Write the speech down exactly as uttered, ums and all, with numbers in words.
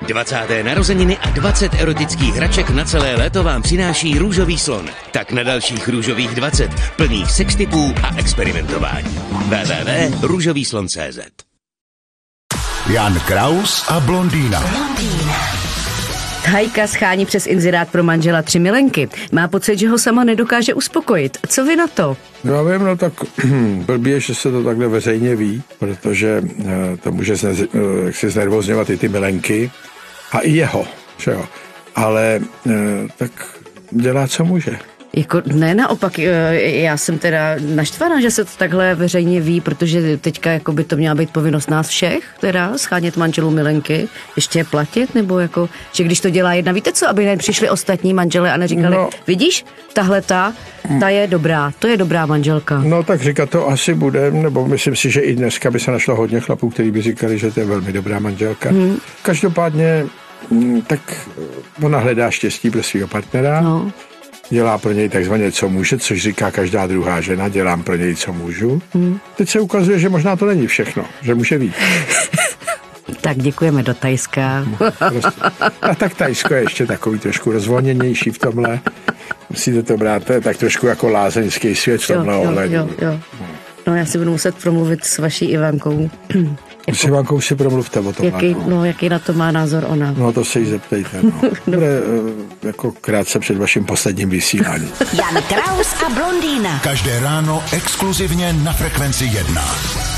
dvacáté narozeniny a dvacet erotických hraček na celé léto vám přináší Růžový slon. Tak na dalších Růžových dvacet, plných sextipů a experimentování. w w w tečka růžový slon tečka cé zet. Jan Kraus a blondýna. Hajka schání přes inzerát pro manžela tři milenky. Má pocit, že ho sama nedokáže uspokojit. Co vy na to? No já vím, no tak blbě, že se to takhle veřejně ví, protože to může si znervozňovat i ty milenky a i jeho, že jo. Ale tak dělá, co může. Jako, ne, naopak, já jsem teda naštvaná, že se to takhle veřejně ví, protože teďka jako by to měla být povinnost nás všech, teda schánět manželů milenky, ještě je platit, nebo jako, že když to dělá jedna, víte co, aby nepřišli ostatní manžele a neříkali, no, vidíš, tahle ta, ta je dobrá, to je dobrá manželka. No tak říkat to asi bude, nebo myslím si, že i dneska by se našlo hodně chlapů, kteří by říkali, že to je velmi dobrá manželka. Hmm. Každopádně, tak ona hledá štěstí pro svého partnera. No. Dělá pro něj takzvaně co může, což říká každá druhá žena, dělám pro něj co můžu. Hmm. Teď se ukazuje, že možná to není všechno, že může víc. Tak děkujeme do Thajska. A tak Thajsko je ještě takový trošku rozvolněnější v tomhle. Musíte to brát, to je tak trošku jako lázeňský svět v tomhle ohledu. Jo, jo, jo. No já si budu muset promluvit s vaší Ivankou. Jako, s Ivankou si promluvte o tom. Jaký, no, jaký na to má názor ona? No to se jí zeptejte. No. Bude jako krátce před vaším posledním vysíláním. Jan Kraus a blondýna. Každé ráno exkluzivně na Frekvenci jedna.